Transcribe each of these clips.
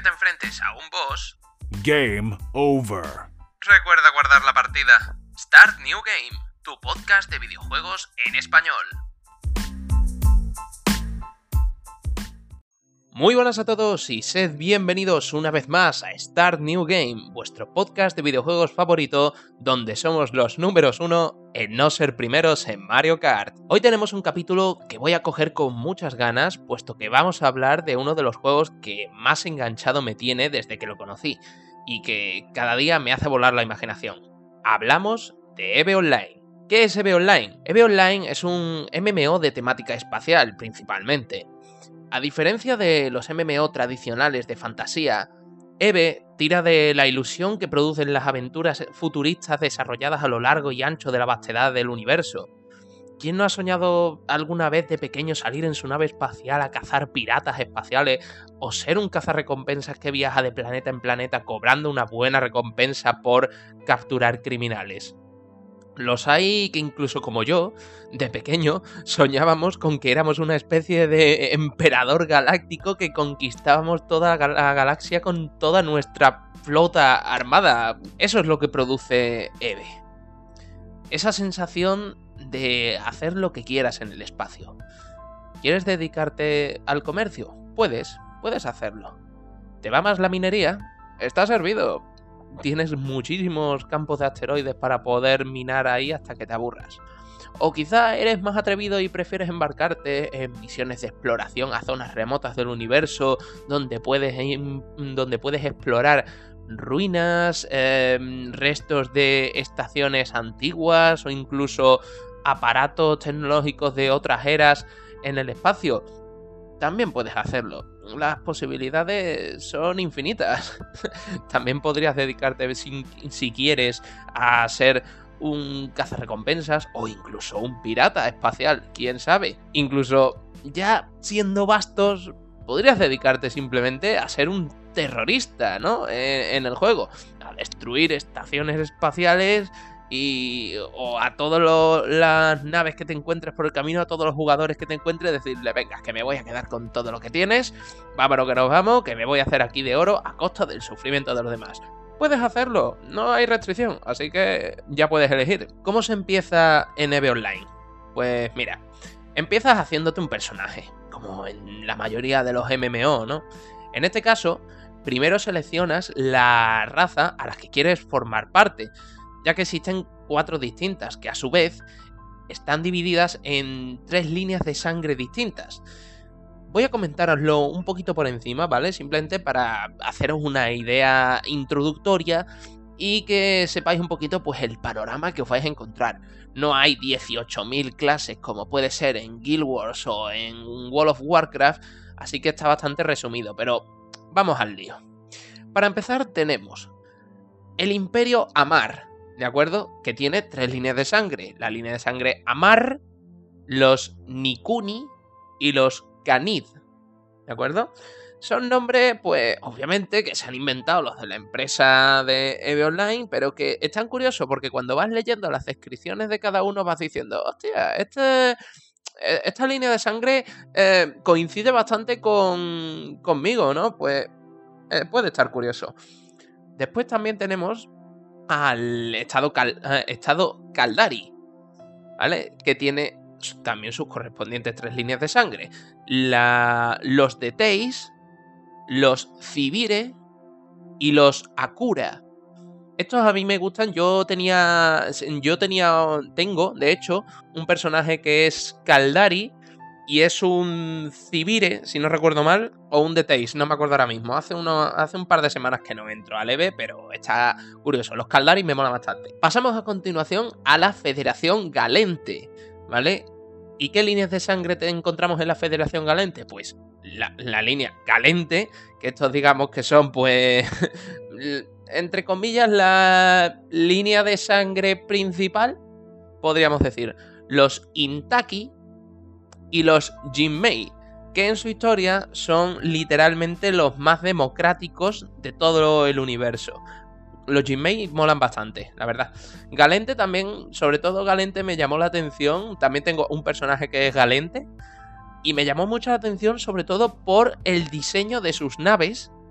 que te enfrentes a un boss... Game over. Recuerda guardar la partida. Start New Game, tu podcast de videojuegos en español. Muy buenas a todos y sed bienvenidos una vez más a Start New Game, vuestro podcast de videojuegos favorito, donde somos los números 1 en no ser primeros en Mario Kart. Hoy tenemos un capítulo que voy a coger con muchas ganas, puesto que vamos a hablar de uno de los juegos que más enganchado me tiene desde que lo conocí, y que cada día me hace volar la imaginación. Hablamos de EVE Online. ¿Qué es EVE Online? EVE Online es un MMO de temática espacial, principalmente. A diferencia de los MMO tradicionales de fantasía, EVE tira de la ilusión que producen las aventuras futuristas desarrolladas a lo largo y ancho de la vastedad del universo. ¿Quién no ha soñado alguna vez de pequeño salir en su nave espacial a cazar piratas espaciales o ser un cazarrecompensas que viaja de planeta en planeta cobrando una buena recompensa por capturar criminales? Los hay que incluso como yo, de pequeño, soñábamos con que éramos una especie de emperador galáctico que conquistábamos toda la galaxia con toda nuestra flota armada. Eso es lo que produce EVE. Esa sensación de hacer lo que quieras en el espacio. ¿Quieres dedicarte al comercio? Puedes hacerlo. ¿Te va más la minería? Está servido. Tienes muchísimos campos de asteroides para poder minar ahí hasta que te aburras. O quizá eres más atrevido y prefieres embarcarte en misiones de exploración a zonas remotas del universo donde puedes explorar ruinas, restos de estaciones antiguas o incluso aparatos tecnológicos de otras eras en el espacio. También puedes hacerlo. Las posibilidades son infinitas. También podrías dedicarte, si quieres, a ser un cazarrecompensas o incluso un pirata espacial, quién sabe. Incluso, ya siendo vastos, podrías dedicarte simplemente a ser un terrorista, ¿no? En el juego. A destruir estaciones espaciales o a todas las naves que te encuentres por el camino, a todos los jugadores que te encuentres, decirle, venga, que me voy a quedar con todo lo que tienes, vámonos que nos vamos, que me voy a hacer aquí de oro a costa del sufrimiento de los demás. Puedes hacerlo, no hay restricción, así que ya puedes elegir. ¿Cómo se empieza en EVE Online? Pues mira, empiezas haciéndote un personaje, como en la mayoría de los MMO, ¿no? En este caso, primero seleccionas la raza a la que quieres formar parte, ya que existen 4 distintas, que a su vez están divididas en 3 líneas de sangre distintas. Voy a comentároslo un poquito por encima, ¿vale? Simplemente para haceros una idea introductoria y que sepáis un poquito pues el panorama que os vais a encontrar. No hay 18.000 clases como puede ser en Guild Wars o en World of Warcraft, así que está bastante resumido, pero vamos al lío. Para empezar tenemos el Imperio Amarr, ¿de acuerdo? Que tiene 3 líneas de sangre. La línea de sangre Amarr, los Nikuni y los Khanid, ¿de acuerdo? Son nombres, pues, obviamente, que se han inventado los de la empresa de EVE Online, pero que están curiosos porque cuando vas leyendo las descripciones de cada uno vas diciendo, hostia, esta línea de sangre coincide bastante conmigo, ¿no? Pues puede estar curioso. Después también tenemos al estado Caldari, ¿vale? Que tiene también sus correspondientes 3 líneas de sangre. Los de Teis, los Cibire y los Akura. Estos a mí me gustan. Tengo, de hecho, un personaje que es Caldari y es un Cibire, si no recuerdo mal, o un de Teis, no me acuerdo ahora mismo. Hace un par de semanas que no entro al EVE, pero está curioso. Los Caldari me molan bastante. Pasamos a continuación a la Federación Galente, ¿vale? ¿Y qué líneas de sangre te encontramos en la Federación Galente? Pues la línea Galente, que estos digamos que son, pues, entre comillas, la línea de sangre principal, podríamos decir, los Intaki y los Jinmei, que en su historia son literalmente los más democráticos de todo el universo. Los Jinmei molan bastante, la verdad. Galente también, sobre todo Galente me llamó la atención. También tengo un personaje que es Galente y me llamó mucho la atención sobre todo por el diseño de sus naves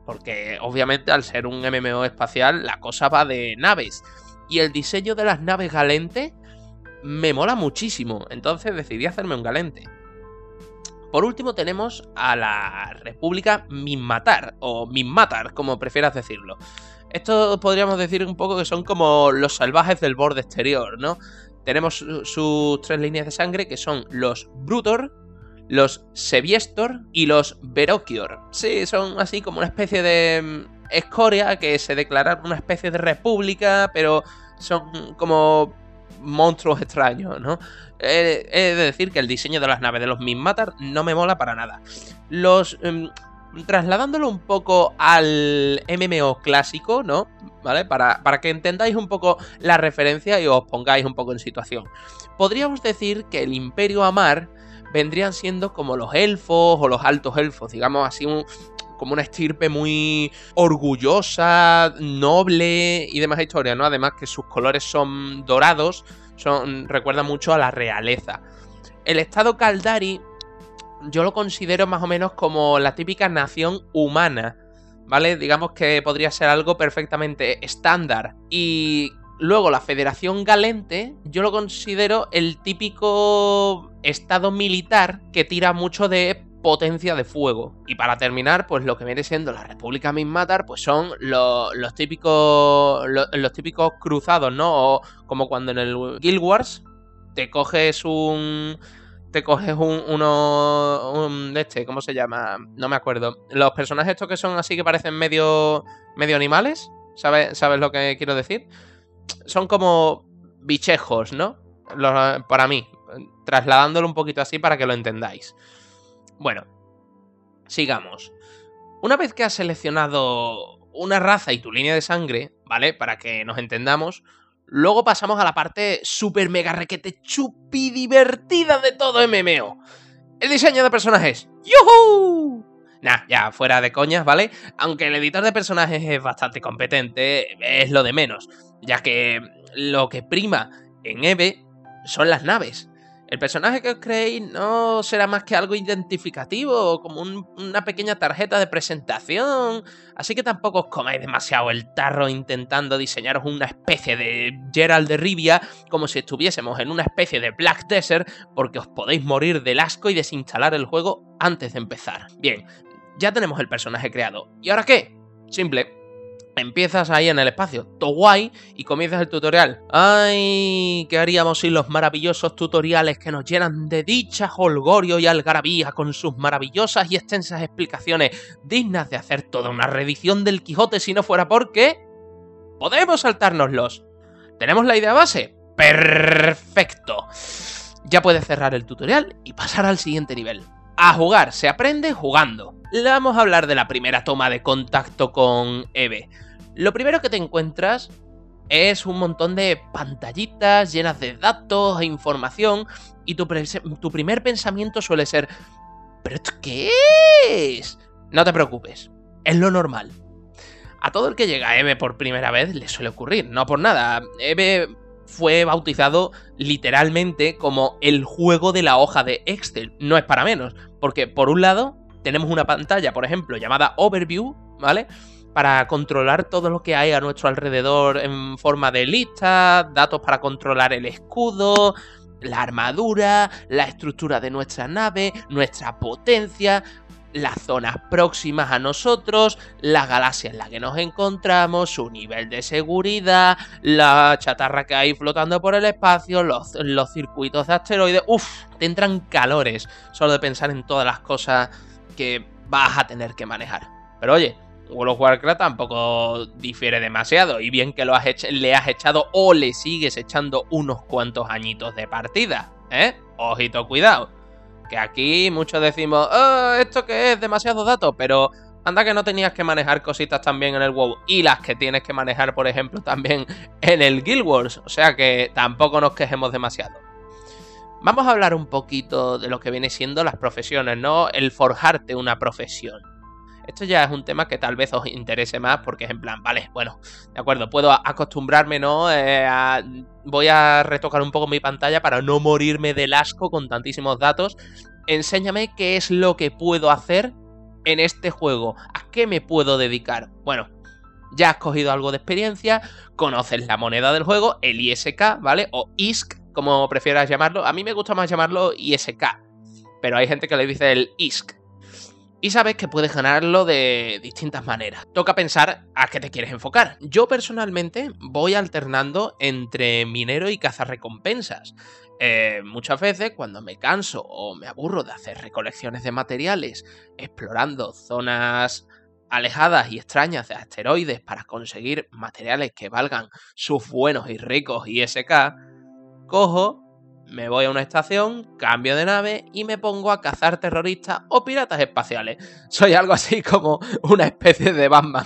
porque obviamente al ser un MMO espacial la cosa va de naves. Y el diseño de las naves Galente me mola muchísimo, entonces decidí hacerme un Galente. Por último tenemos a la República Minmatar, o Minmatar, como prefieras decirlo. Esto podríamos decir un poco que son como los salvajes del borde exterior, ¿no? Tenemos sus 3 líneas de sangre, que son los Brutor, los Seviestor y los Verocior. Sí, son así como una especie de escoria que se declararon una especie de república, pero son como monstruos extraños, ¿no? He de decir que el diseño de las naves de los Minmatar no me mola para nada. Trasladándolo un poco al MMO clásico, ¿no? ¿Vale? Para que entendáis un poco la referencia y os pongáis un poco en situación. Podríamos decir que el Imperio Amarr vendrían siendo como los elfos o los altos elfos, digamos así, como una estirpe muy orgullosa, noble y demás historias, ¿no? Además que sus colores son dorados, recuerda mucho a la realeza. El estado Caldari yo lo considero más o menos como la típica nación humana, ¿vale? Digamos que podría ser algo perfectamente estándar. Y luego la Federación Galente yo lo considero el típico estado militar que tira mucho de potencia de fuego. Y para terminar, pues lo que viene siendo la República Minmatar, pues son los típicos cruzados, ¿no? O como cuando en el Guild Wars te coges uno de este, ¿cómo se llama? No me acuerdo. Los personajes estos que son así que parecen medio animales, ¿sabes lo que quiero decir? Son como bichejos, ¿no? Para mí, trasladándolo un poquito así para que lo entendáis. Bueno, sigamos. Una vez que has seleccionado una raza y tu línea de sangre, ¿vale? Para que nos entendamos, luego pasamos a la parte super mega requete chupi divertida de todo MMO. El diseño de personajes. ¡Yuhu! Nah, ya, fuera de coñas, ¿vale? Aunque el editor de personajes es bastante competente, es lo de menos, ya que lo que prima en EVE son las naves. El personaje que os creéis no será más que algo identificativo, como una pequeña tarjeta de presentación, así que tampoco os comáis demasiado el tarro intentando diseñaros una especie de Geralt de Rivia, como si estuviésemos en una especie de Black Desert, porque os podéis morir del asco y desinstalar el juego antes de empezar. Bien, ya tenemos el personaje creado. ¿Y ahora qué? Simple. Empiezas ahí en el espacio, todo guay, y comienzas el tutorial. ¡Ay! ¿Qué haríamos sin los maravillosos tutoriales que nos llenan de dicha, jolgorio y algarabía con sus maravillosas y extensas explicaciones dignas de hacer toda una reedición del Quijote si no fuera porque... ¡podemos saltárnoslos! ¿Tenemos la idea base? ¡Perfecto! Ya puedes cerrar el tutorial y pasar al siguiente nivel. A jugar, se aprende jugando. Vamos a hablar de la primera toma de contacto con EVE. Lo primero que te encuentras es un montón de pantallitas llenas de datos e información y tu primer pensamiento suele ser ¿pero esto qué es? No te preocupes, es lo normal. A todo el que llega a EVE por primera vez le suele ocurrir, no por nada. EVE fue bautizado literalmente como el juego de la hoja de Excel, no es para menos, porque por un lado tenemos una pantalla, por ejemplo, llamada Overview, ¿vale? Para controlar todo lo que hay a nuestro alrededor en forma de listas, datos para controlar el escudo, la armadura, la estructura de nuestra nave, nuestra potencia, las zonas próximas a nosotros, la galaxia en la que nos encontramos, su nivel de seguridad, la chatarra que hay flotando por el espacio, los circuitos de asteroides. Uff, te entran calores solo de pensar en todas las cosas que vas a tener que manejar. Pero oye, World of Warcraft tampoco difiere demasiado, y bien que le has echado o le sigues echando unos cuantos añitos de partida, ¿eh? Ojito, cuidado. Que aquí muchos decimos, ¿esto qué es? Demasiados datos, pero anda que no tenías que manejar cositas también en el WoW, y las que tienes que manejar, por ejemplo, también en el Guild Wars, o sea que tampoco nos quejemos demasiado. Vamos a hablar un poquito de lo que viene siendo las profesiones, ¿no? El forjarte una profesión. Esto ya es un tema que tal vez os interese más porque es en plan, vale, bueno, de acuerdo, puedo acostumbrarme, ¿no? Voy a retocar un poco mi pantalla para no morirme del asco con tantísimos datos. Enséñame qué es lo que puedo hacer en este juego. qué me puedo dedicar? Bueno, ya has cogido algo de experiencia, conoces la moneda del juego, el ISK, ¿vale? O ISK, como prefieras llamarlo. A mí me gusta más llamarlo ISK, pero hay gente que le dice el ISK. Y sabes que puedes ganarlo de distintas maneras. Toca pensar a qué te quieres enfocar. Yo personalmente voy alternando entre minero y cazarrecompensas. Muchas veces cuando me canso o me aburro de hacer recolecciones de materiales, explorando zonas alejadas y extrañas de asteroides para conseguir materiales que valgan sus buenos y ricos ISK, cojo, me voy a una estación, cambio de nave y me pongo a cazar terroristas o piratas espaciales. Soy algo así como una especie de Batman.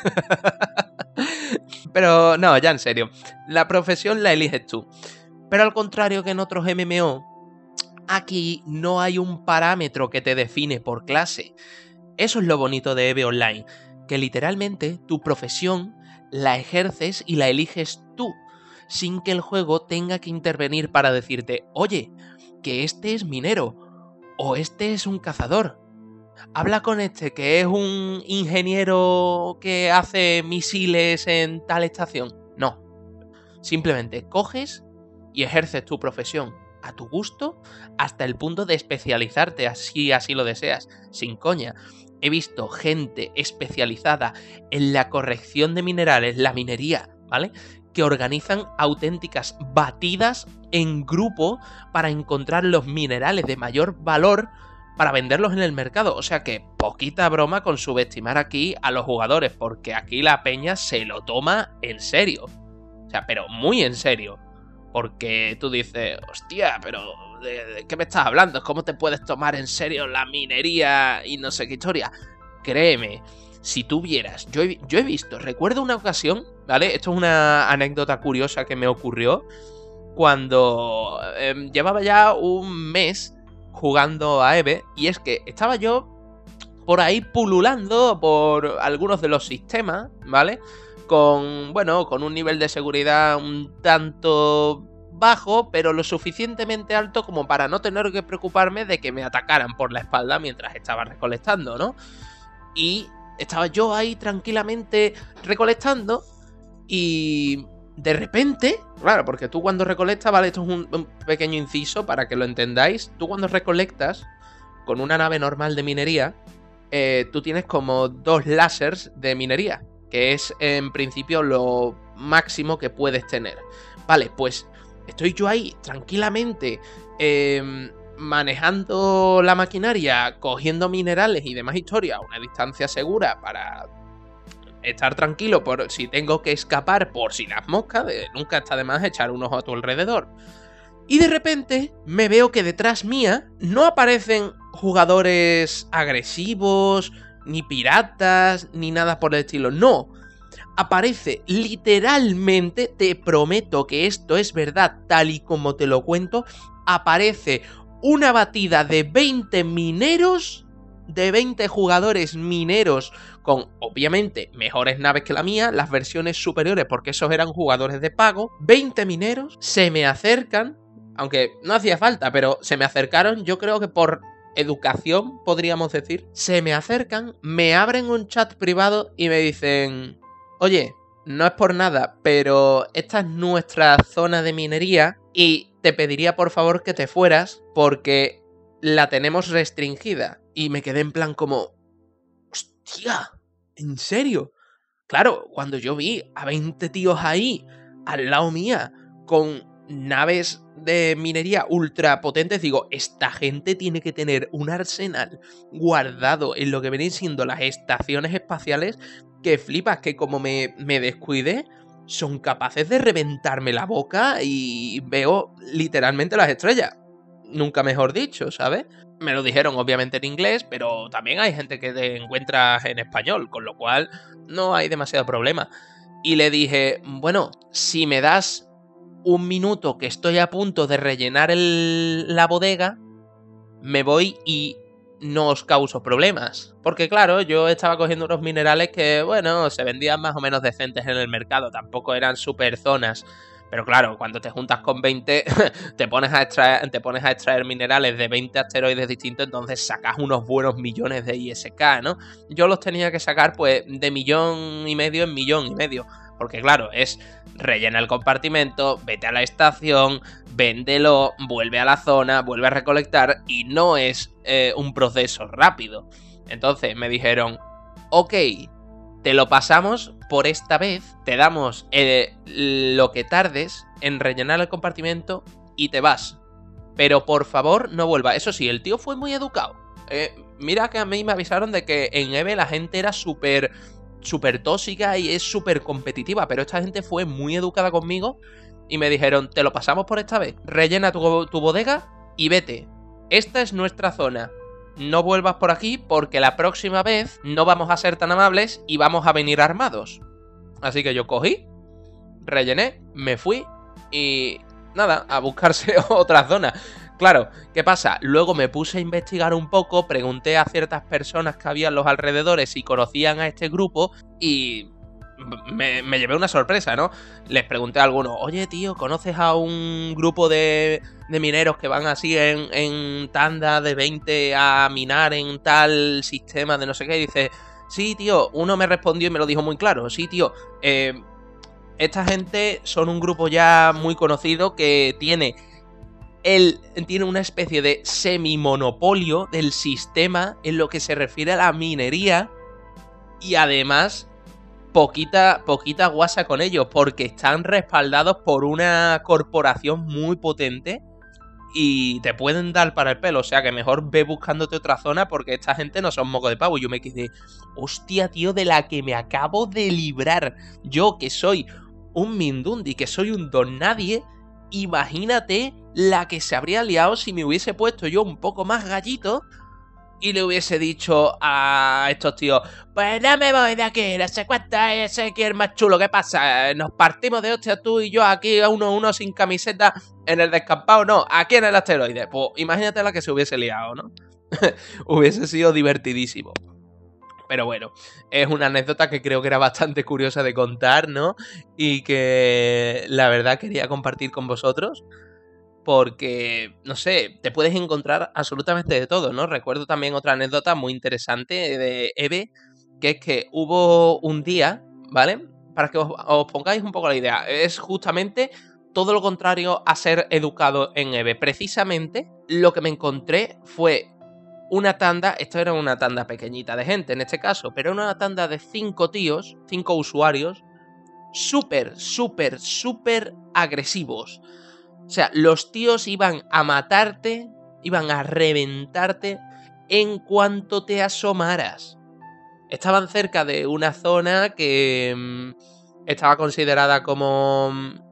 Pero no, ya en serio, la profesión la eliges tú. Pero al contrario que en otros MMO, aquí no hay un parámetro que te define por clase. Eso es lo bonito de EVE Online, que literalmente tu profesión la ejerces y la eliges tú, sin que el juego tenga que intervenir para decirte, oye, que este es minero, o este es un cazador. Habla con este, que es un ingeniero que hace misiles en tal estación. No, simplemente coges y ejerces tu profesión a tu gusto hasta el punto de especializarte así lo deseas, sin coña. He visto gente especializada en la corrección de minerales, la minería, ¿vale? Que organizan auténticas batidas en grupo para encontrar los minerales de mayor valor para venderlos en el mercado. O sea que poquita broma con subestimar aquí a los jugadores, porque aquí la peña se lo toma en serio. O sea, pero muy en serio. Porque tú dices, hostia, pero ¿de qué me estás hablando? ¿Cómo te puedes tomar en serio la minería y no sé qué historia? Créeme, si tú vieras, yo he visto, recuerdo una ocasión, ¿vale? Esto es una anécdota curiosa que me ocurrió cuando llevaba ya un mes jugando a EVE, y es que estaba yo por ahí pululando por algunos de los sistemas, ¿vale? Con un nivel de seguridad un tanto bajo, pero lo suficientemente alto como para no tener que preocuparme de que me atacaran por la espalda mientras estaba recolectando, ¿no? Y estaba yo ahí tranquilamente recolectando y de repente, claro, porque tú cuando recolectas, vale, esto es un pequeño inciso para que lo entendáis, tú cuando recolectas con una nave normal de minería, tú tienes como 2 lásers de minería, que es en principio lo máximo que puedes tener. Vale, pues estoy yo ahí tranquilamente manejando la maquinaria, cogiendo minerales y demás historia a una distancia segura para estar tranquilo por si tengo que escapar por si las moscas, nunca está de más echar un ojo a tu alrededor. Y de repente me veo que detrás mía no aparecen jugadores agresivos, ni piratas, ni nada por el estilo. No, aparece literalmente, te prometo que esto es verdad, tal y como te lo cuento, aparece una batida de 20 mineros, de 20 jugadores mineros con, obviamente, mejores naves que la mía, las versiones superiores, porque esos eran jugadores de pago. 20 mineros se me acercan, aunque no hacía falta, pero se me acercaron, yo creo que por educación, podríamos decir. Se me acercan, me abren un chat privado y me dicen, oye, no es por nada, pero esta es nuestra zona de minería y te pediría por favor que te fueras porque la tenemos restringida. Y me quedé en plan como, hostia, ¿en serio? Claro, cuando yo vi a 20 tíos ahí, al lado mía, con naves de minería ultra potentes, digo, esta gente tiene que tener un arsenal guardado en lo que vienen siendo las estaciones espaciales que flipas, que como me descuide, son capaces de reventarme la boca y veo literalmente las estrellas. Nunca mejor dicho, ¿sabes? Me lo dijeron obviamente en inglés, pero también hay gente que te encuentra en español, con lo cual no hay demasiado problema. Y le dije, bueno, si me das un minuto que estoy a punto de rellenar la bodega, me voy y no os causo problemas. Porque claro, yo estaba cogiendo unos minerales que, bueno, se vendían más o menos decentes en el mercado, tampoco eran super zonas. Pero claro, cuando te juntas con 20, te pones a extraer minerales de 20 asteroides distintos, entonces sacas unos buenos millones de ISK, ¿no? Yo los tenía que sacar pues de 1,5 millones en 1,5 millones. Porque claro, es rellena el compartimento, vete a la estación, véndelo, vuelve a la zona, vuelve a recolectar y no es un proceso rápido. Entonces me dijeron, ok, te lo pasamos por esta vez, te damos lo que tardes en rellenar el compartimento y te vas. Pero por favor no vuelvas. Eso sí, el tío fue muy educado. Mira que a mí me avisaron de que en EVE la gente era súper tóxica y es súper competitiva, pero esta gente fue muy educada conmigo y me dijeron, te lo pasamos por esta vez, rellena tu bodega y vete. Esta es nuestra zona. No vuelvas por aquí porque la próxima vez no vamos a ser tan amables y vamos a venir armados. Así que yo cogí, rellené, me fui y nada, a buscarse otra zona. Claro, ¿qué pasa? Luego me puse a investigar un poco, pregunté a ciertas personas que había en los alrededores si conocían a este grupo y me llevé una sorpresa, ¿no? Les pregunté a algunos, oye tío, ¿conoces a un grupo de mineros que van así en tanda de 20 a minar en tal sistema de no sé qué? Y dice, sí tío, uno me respondió y me lo dijo muy claro, sí tío, esta gente son un grupo ya muy conocido que tiene una especie de semi-monopolio del sistema en lo que se refiere a la minería y además poquita guasa con ellos porque están respaldados por una corporación muy potente y te pueden dar para el pelo, o sea que mejor ve buscándote otra zona porque esta gente no son moco de pavo. Y yo me quedé, hostia tío, de la que me acabo de librar, yo que soy un mindundi, que soy un don nadie. Imagínate la que se habría liado si me hubiese puesto yo un poco más gallito y le hubiese dicho a estos tíos, pues no me voy de aquí, no sé cuánta, ese que es el más chulo, ¿qué pasa? Nos partimos de hostia tú y yo aquí a uno sin camiseta en el descampado, no, aquí en el asteroide. Pues imagínate la que se hubiese liado, ¿no? Hubiese sido divertidísimo. Pero bueno, es una anécdota que creo que era bastante curiosa de contar, ¿no? Y que la verdad quería compartir con vosotros. Porque, no sé, te puedes encontrar absolutamente de todo, ¿no? Recuerdo también otra anécdota muy interesante de EVE, que es que hubo un día, ¿vale? Para que os pongáis un poco la idea. Es justamente todo lo contrario a ser educado en EVE. Precisamente lo que me encontré fue una tanda, esto era una tanda pequeñita de gente en este caso, pero una tanda de 5 tíos, 5 usuarios, súper agresivos. O sea, los tíos iban a matarte, iban a reventarte en cuanto te asomaras. Estaban cerca de una zona que estaba considerada como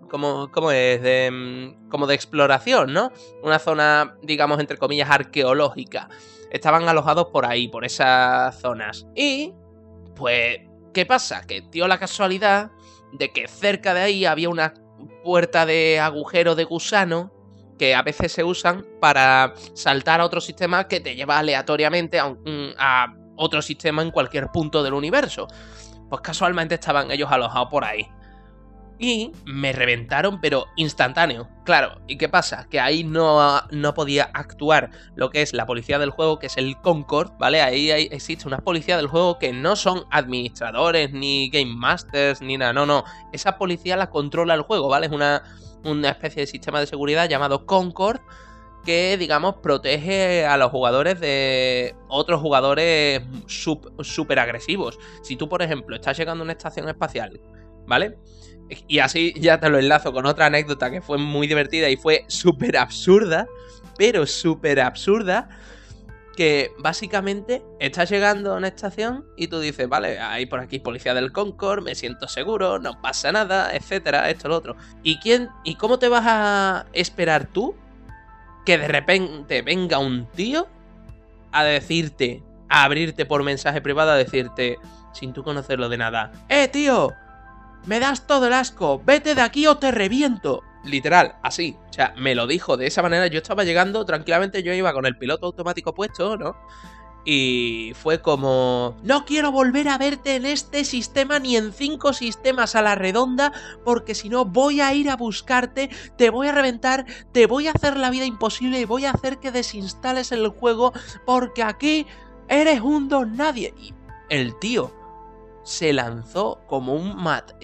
de exploración, ¿no? Una zona, digamos, entre comillas, arqueológica. Estaban alojados por ahí, por esas zonas. Y, pues, ¿qué pasa? Que dio la casualidad de que cerca de ahí había una puerta de agujero de gusano que a veces se usan para saltar a otro sistema que te lleva aleatoriamente a otro sistema en cualquier punto del universo. Pues casualmente estaban ellos alojados por ahí. Y me reventaron, pero instantáneo. Claro, ¿y qué pasa? Que ahí no podía actuar lo que es la policía del juego, que es el Concord, ¿vale? Ahí existe una policía del juego que no son administradores, ni game masters, ni nada, no. Esa policía la controla el juego, ¿vale? Es una especie de sistema de seguridad llamado Concord, que, digamos, protege a los jugadores de otros jugadores súper agresivos. Si tú, por ejemplo, estás llegando a una estación espacial, ¿vale? Y así ya te lo enlazo con otra anécdota que fue muy divertida y fue súper absurda, pero súper absurda, que básicamente estás llegando a una estación y tú dices, vale, hay por aquí policía del Concord, me siento seguro, no pasa nada, etcétera, esto, lo otro. ¿Y cómo te vas a esperar tú que de repente venga un tío a decirte, a abrirte por mensaje privado, a decirte, sin tú conocerlo de nada, tío, me das todo el asco, vete de aquí o te reviento? Literal, así. O sea, me lo dijo de esa manera. Yo estaba llegando tranquilamente, yo iba con el piloto automático puesto, ¿no? Y fue como: no quiero volver a verte en este sistema ni en 5 sistemas a la redonda, porque si no voy a ir a buscarte, te voy a reventar, te voy a hacer la vida imposible y voy a hacer que desinstales el juego, porque aquí eres un don nadie. Y el tío se lanzó como un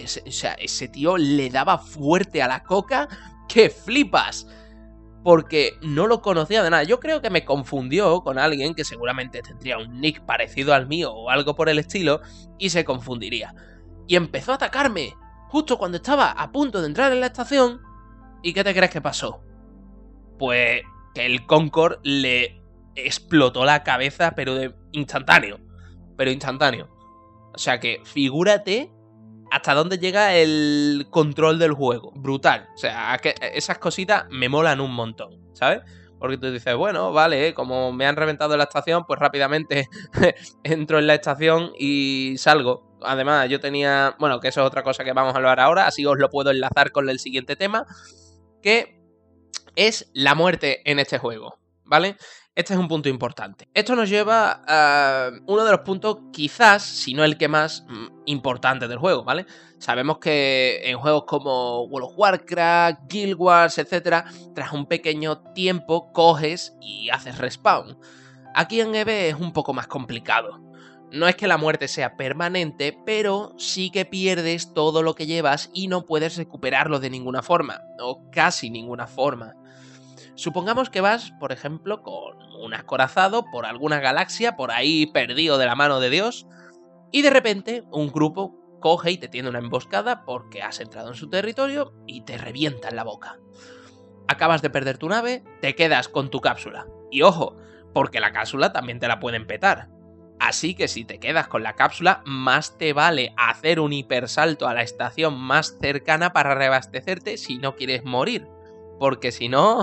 ese tío le daba fuerte a la coca que flipas. Porque no lo conocía de nada. Yo creo que me confundió con alguien que seguramente tendría un nick parecido al mío o algo por el estilo y se confundiría. Y empezó a atacarme justo cuando estaba a punto de entrar en la estación. ¿Y qué te crees que pasó? Pues que el Concorde le explotó la cabeza, pero de instantáneo. Pero instantáneo. O sea que figúrate hasta dónde llega el control del juego. Brutal. O sea, que esas cositas me molan un montón, ¿sabes? Porque tú dices, bueno, vale, como me han reventado la estación, pues rápidamente entro en la estación y salgo. Además, yo tenía... Bueno, que eso es otra cosa que vamos a hablar ahora, así os lo puedo enlazar con el siguiente tema, que es la muerte en este juego, ¿vale? Este es un punto importante. Esto nos lleva a uno de los puntos, quizás, si no el que más importante del juego, ¿vale? Sabemos que en juegos como World of Warcraft, Guild Wars, etc., tras un pequeño tiempo coges y haces respawn. Aquí en EVE es un poco más complicado. No es que la muerte sea permanente, pero sí que pierdes todo lo que llevas y no puedes recuperarlo de ninguna forma, o casi ninguna forma. Supongamos que vas, por ejemplo, con un acorazado por alguna galaxia, por ahí perdido de la mano de Dios, y de repente un grupo coge y te tiende una emboscada porque has entrado en su territorio y te revienta en la boca. Acabas de perder tu nave, te quedas con tu cápsula. Y ojo, porque la cápsula también te la pueden petar. Así que si te quedas con la cápsula, más te vale hacer un hipersalto a la estación más cercana para reabastecerte si no quieres morir. Porque si no,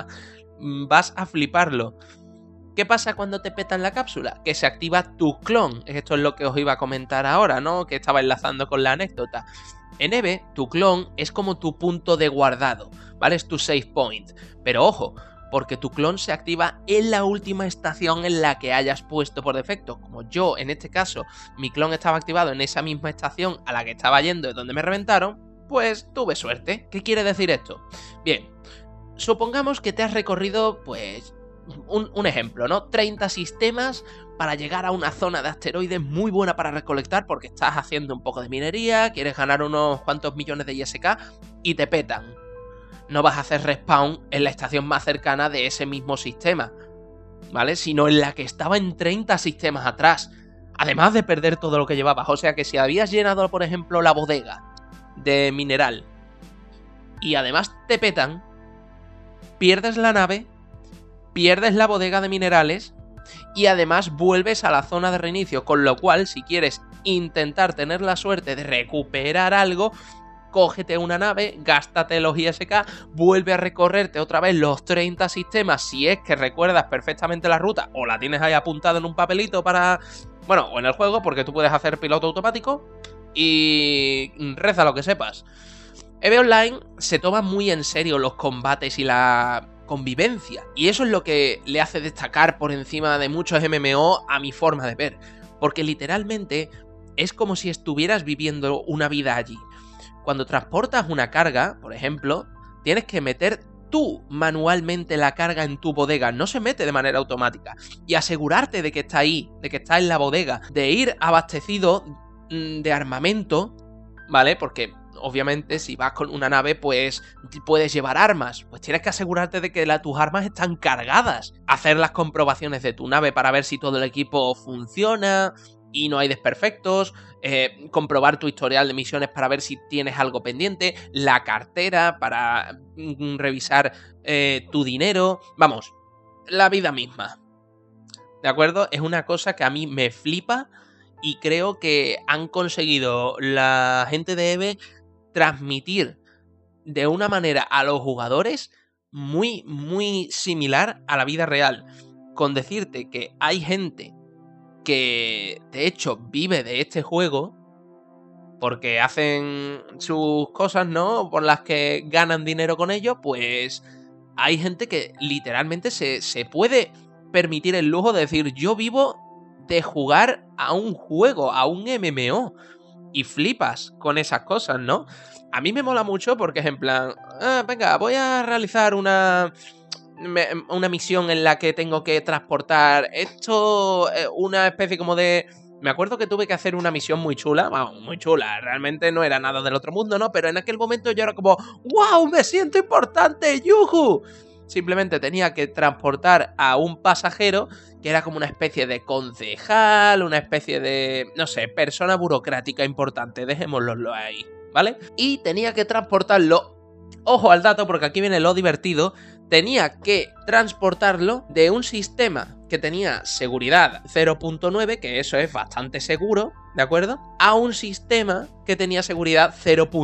vas a fliparlo. ¿Qué pasa cuando te petan la cápsula? Que se activa tu clon. Esto es lo que os iba a comentar ahora, ¿no? Que estaba enlazando con la anécdota. En EVE, tu clon es como tu punto de guardado, ¿vale? Es tu save point. Pero ojo, porque tu clon se activa en la última estación en la que hayas puesto por defecto. Como yo, en este caso, mi clon estaba activado en esa misma estación a la que estaba yendo de donde me reventaron, pues tuve suerte. ¿Qué quiere decir esto? Bien, supongamos que te has recorrido, pues, un ejemplo, ¿no? 30 sistemas para llegar a una zona de asteroides muy buena para recolectar porque estás haciendo un poco de minería, quieres ganar unos cuantos millones de ISK y te petan. No vas a hacer respawn en la estación más cercana de ese mismo sistema, ¿vale? Sino en la que estaba en 30 sistemas atrás, además de perder todo lo que llevabas. O sea que si habías llenado, por ejemplo, la bodega de mineral y además te petan, pierdes la nave, pierdes la bodega de minerales y además vuelves a la zona de reinicio, con lo cual si quieres intentar tener la suerte de recuperar algo, cógete una nave, gástate los ISK, vuelve a recorrerte otra vez los 30 sistemas si es que recuerdas perfectamente la ruta o la tienes ahí apuntada en un papelito para... Bueno, o en el juego, porque tú puedes hacer piloto automático y reza lo que sepas. EVE Online se toma muy en serio los combates y la convivencia, y eso es lo que le hace destacar por encima de muchos MMO a mi forma de ver, porque literalmente es como si estuvieras viviendo una vida allí. Cuando transportas una carga, por ejemplo, tienes que meter tú manualmente la carga en tu bodega, no se mete de manera automática, y asegurarte de que está ahí, de que está en la bodega, de ir abastecido de armamento, ¿vale? Porque obviamente si vas con una nave pues puedes llevar armas, pues tienes que asegurarte de que tus armas están cargadas, hacer las comprobaciones de tu nave para ver si todo el equipo funciona y no hay desperfectos, comprobar tu historial de misiones para ver si tienes algo pendiente, la cartera para revisar tu dinero, vamos, la vida misma, ¿de acuerdo? Es una cosa que a mí me flipa y creo que han conseguido la gente de EVE transmitir de una manera a los jugadores muy, muy similar a la vida real. Con decirte que hay gente que de hecho vive de este juego porque hacen sus cosas, ¿no? Por las que ganan dinero con ello, pues hay gente que literalmente se puede permitir el lujo de decir: yo vivo de jugar a un juego, a un MMO. Y flipas con esas cosas, ¿no? A mí me mola mucho porque es en plan, venga, voy a realizar una misión en la que tengo que transportar esto, una especie como de... Me acuerdo que tuve que hacer una misión muy chula, vamos, muy chula, realmente no era nada del otro mundo, ¿no? Pero en aquel momento yo era como, ¡wow! ¡Me siento importante! ¡Yujú! Simplemente tenía que transportar a un pasajero que era como una especie de concejal, una especie de, no sé, persona burocrática importante, dejémoslo ahí, ¿vale? Y tenía que transportarlo, ojo al dato porque aquí viene lo divertido, tenía que transportarlo de un sistema que tenía seguridad 0.9, que eso es bastante seguro, ¿de acuerdo? A un sistema que tenía seguridad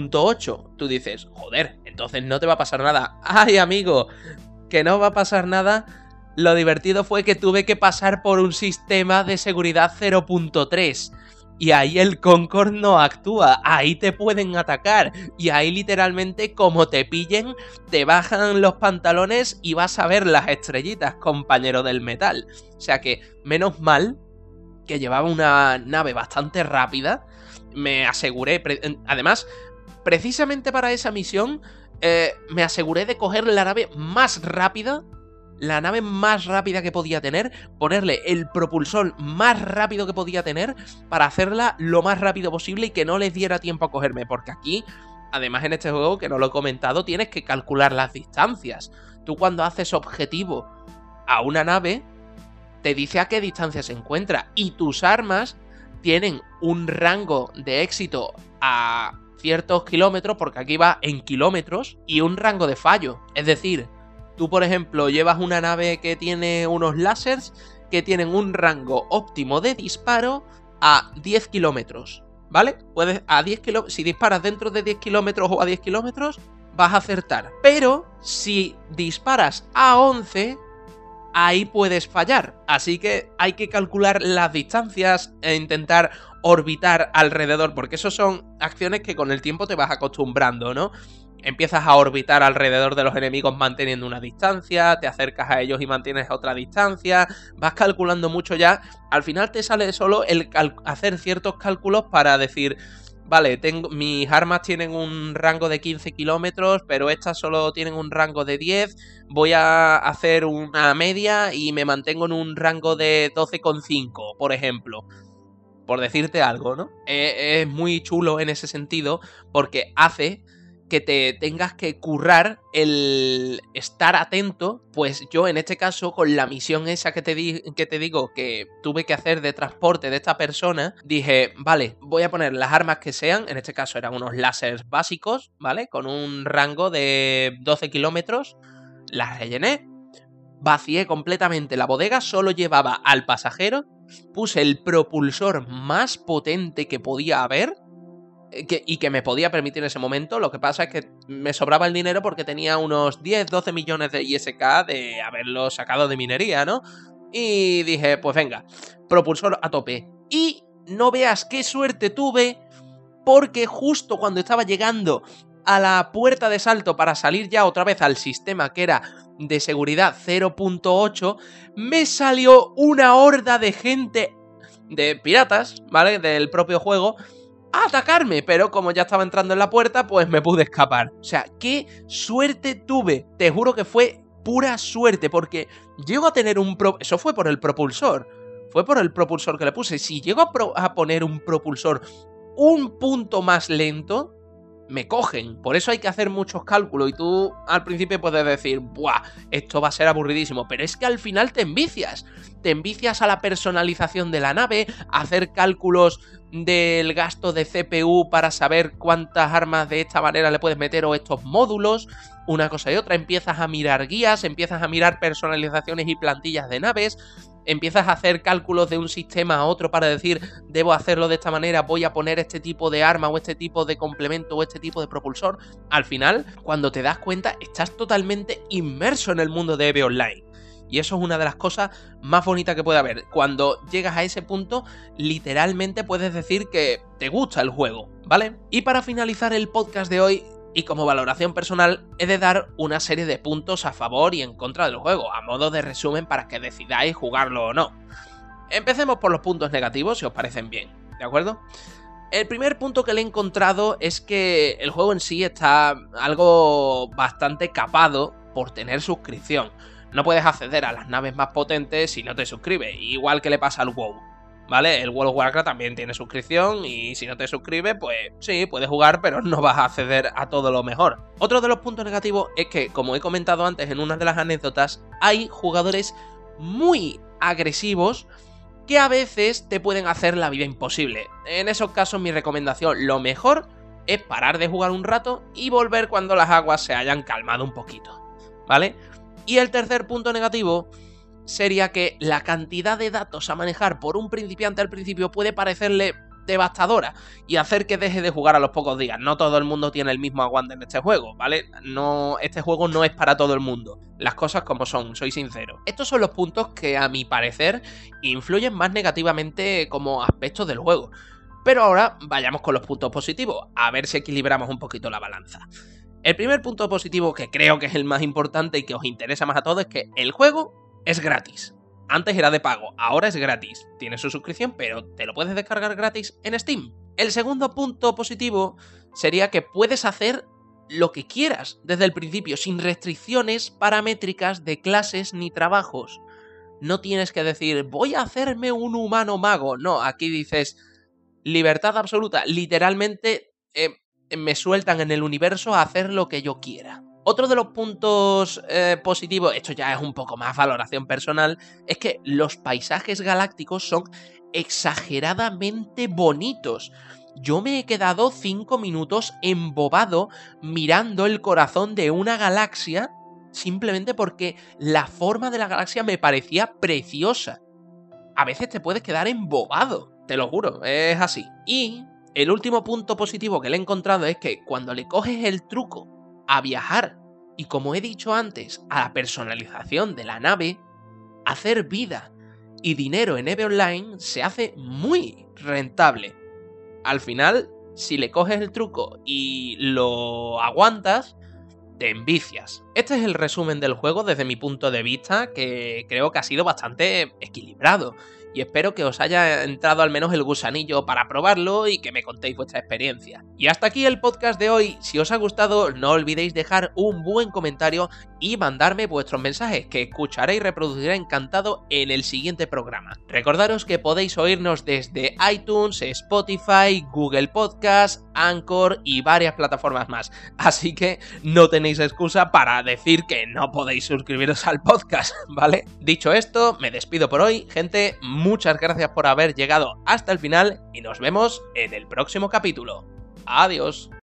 0.8. Tú dices, joder, entonces no te va a pasar nada. ¡Ay, amigo! Que no va a pasar nada. Lo divertido fue que tuve que pasar por un sistema de seguridad 0.3. Y ahí el Concord no actúa, ahí te pueden atacar. Y ahí literalmente, como te pillen, te bajan los pantalones y vas a ver las estrellitas, compañero del metal. O sea que, menos mal que llevaba una nave bastante rápida. Me aseguré, además, precisamente para esa misión, me aseguré de coger la nave más rápida. La nave más rápida que podía tener, ponerle el propulsor más rápido que podía tener para hacerla lo más rápido posible y que no les diera tiempo a cogerme, porque aquí, además en este juego, que no lo he comentado, tienes que calcular las distancias. Tú cuando haces objetivo a una nave, te dice a qué distancia se encuentra y tus armas tienen un rango de éxito a ciertos kilómetros, porque aquí va en kilómetros, y un rango de fallo, es decir... Tú, por ejemplo, llevas una nave que tiene unos láseres que tienen un rango óptimo de disparo a 10 kilómetros, ¿vale? Puedes a 10 kilómetros, si disparas dentro de 10 kilómetros o a 10 kilómetros, vas a acertar. Pero si disparas a 11, ahí puedes fallar. Así que hay que calcular las distancias e intentar orbitar alrededor, porque eso son acciones que con el tiempo te vas acostumbrando, ¿no? Empiezas a orbitar alrededor de los enemigos manteniendo una distancia, te acercas a ellos y mantienes otra distancia, vas calculando mucho ya, al final te sale solo el hacer ciertos cálculos para decir, vale, mis armas tienen un rango de 15 kilómetros, pero estas solo tienen un rango de 10, voy a hacer una media y me mantengo en un rango de 12,5, por ejemplo. Por decirte algo, ¿no? Es muy chulo en ese sentido porque hace que te tengas que currar el estar atento, pues yo en este caso con la misión esa que te digo que tuve que hacer de transporte de esta persona, dije, vale, voy a poner las armas que sean, en este caso eran unos láseres básicos, ¿vale? Con un rango de 12 kilómetros, las rellené, vacié completamente la bodega, solo llevaba al pasajero, puse el propulsor más potente que podía haber, y que me podía permitir en ese momento. Lo que pasa es que me sobraba el dinero porque tenía unos 10-12 millones de ISK de haberlo sacado de minería, ¿no? Y dije, pues venga, propulsor a tope. Y no veas qué suerte tuve, porque justo cuando estaba llegando a la puerta de salto para salir ya otra vez al sistema que era de seguridad 0.8, me salió una horda de gente, de piratas, ¿vale? Del propio juego, a atacarme, pero como ya estaba entrando en la puerta, pues me pude escapar. O sea, qué suerte tuve. Te juro que fue pura suerte, porque llego a tener eso fue por el propulsor. Fue por el propulsor que le puse. Si llego a poner un propulsor un punto más lento, me cogen. Por eso hay que hacer muchos cálculos. Y tú al principio puedes decir, ¡buah! Esto va a ser aburridísimo. Pero es que al final te envicias. Te envicias a la personalización de la nave, a hacer cálculos del gasto de CPU para saber cuántas armas de esta manera le puedes meter o estos módulos, una cosa y otra. Empiezas a mirar guías, empiezas a mirar personalizaciones y plantillas de naves, empiezas a hacer cálculos de un sistema a otro para decir, debo hacerlo de esta manera, voy a poner este tipo de arma o este tipo de complemento o este tipo de propulsor. Al final, cuando te das cuenta, estás totalmente inmerso en el mundo de EVE Online. Y eso es una de las cosas más bonitas que puede haber. Cuando llegas a ese punto, literalmente puedes decir que te gusta el juego, ¿vale? Y para finalizar el podcast de hoy, y como valoración personal, he de dar una serie de puntos a favor y en contra del juego, a modo de resumen para que decidáis jugarlo o no. Empecemos por los puntos negativos, si os parecen bien, ¿de acuerdo? El primer punto que le he encontrado es que el juego en sí está algo bastante capado por tener suscripción. No puedes acceder a las naves más potentes si no te suscribes, igual que le pasa al WoW, ¿vale? El World of Warcraft también tiene suscripción y si no te suscribes, pues sí, puedes jugar, pero no vas a acceder a todo lo mejor. Otro de los puntos negativos es que, como he comentado antes en una de las anécdotas, hay jugadores muy agresivos que a veces te pueden hacer la vida imposible. En esos casos mi recomendación, lo mejor es parar de jugar un rato y volver cuando las aguas se hayan calmado un poquito, ¿vale? Y el tercer punto negativo sería que la cantidad de datos a manejar por un principiante al principio puede parecerle devastadora y hacer que deje de jugar a los pocos días. No todo el mundo tiene el mismo aguante en este juego, ¿vale? No, este juego no es para todo el mundo. Las cosas como son, soy sincero. Estos son los puntos que a mi parecer influyen más negativamente como aspectos del juego. Pero ahora vayamos con los puntos positivos, a ver si equilibramos un poquito la balanza. El primer punto positivo, que creo que es el más importante y que os interesa más a todos, es que el juego es gratis. Antes era de pago, ahora es gratis. Tiene su suscripción, pero te lo puedes descargar gratis en Steam. El segundo punto positivo sería que puedes hacer lo que quieras desde el principio, sin restricciones paramétricas de clases ni trabajos. No tienes que decir, voy a hacerme un humano mago. No, aquí dices, libertad absoluta. Literalmente me sueltan en el universo a hacer lo que yo quiera. Otro de los puntos positivos, esto ya es un poco más valoración personal, es que los paisajes galácticos son exageradamente bonitos. Yo me he quedado 5 minutos embobado mirando el corazón de una galaxia simplemente porque la forma de la galaxia me parecía preciosa. A veces te puedes quedar embobado, te lo juro, es así. Y el último punto positivo que le he encontrado es que cuando le coges el truco a viajar y, como he dicho antes, a la personalización de la nave, hacer vida y dinero en EVE Online se hace muy rentable. Al final, si le coges el truco y lo aguantas, te envicias. Este es el resumen del juego desde mi punto de vista, que creo que ha sido bastante equilibrado. Y espero que os haya entrado al menos el gusanillo para probarlo y que me contéis vuestra experiencia. Y hasta aquí el podcast de hoy. Si os ha gustado, no olvidéis dejar un buen comentario y mandarme vuestros mensajes, que escucharé y reproduciré encantado en el siguiente programa. Recordaros que podéis oírnos desde iTunes, Spotify, Google Podcast, Anchor y varias plataformas más. Así que no tenéis excusa para decir que no podéis suscribiros al podcast, ¿vale? Dicho esto, me despido por hoy, gente. Muchas gracias por haber llegado hasta el final y nos vemos en el próximo capítulo. Adiós.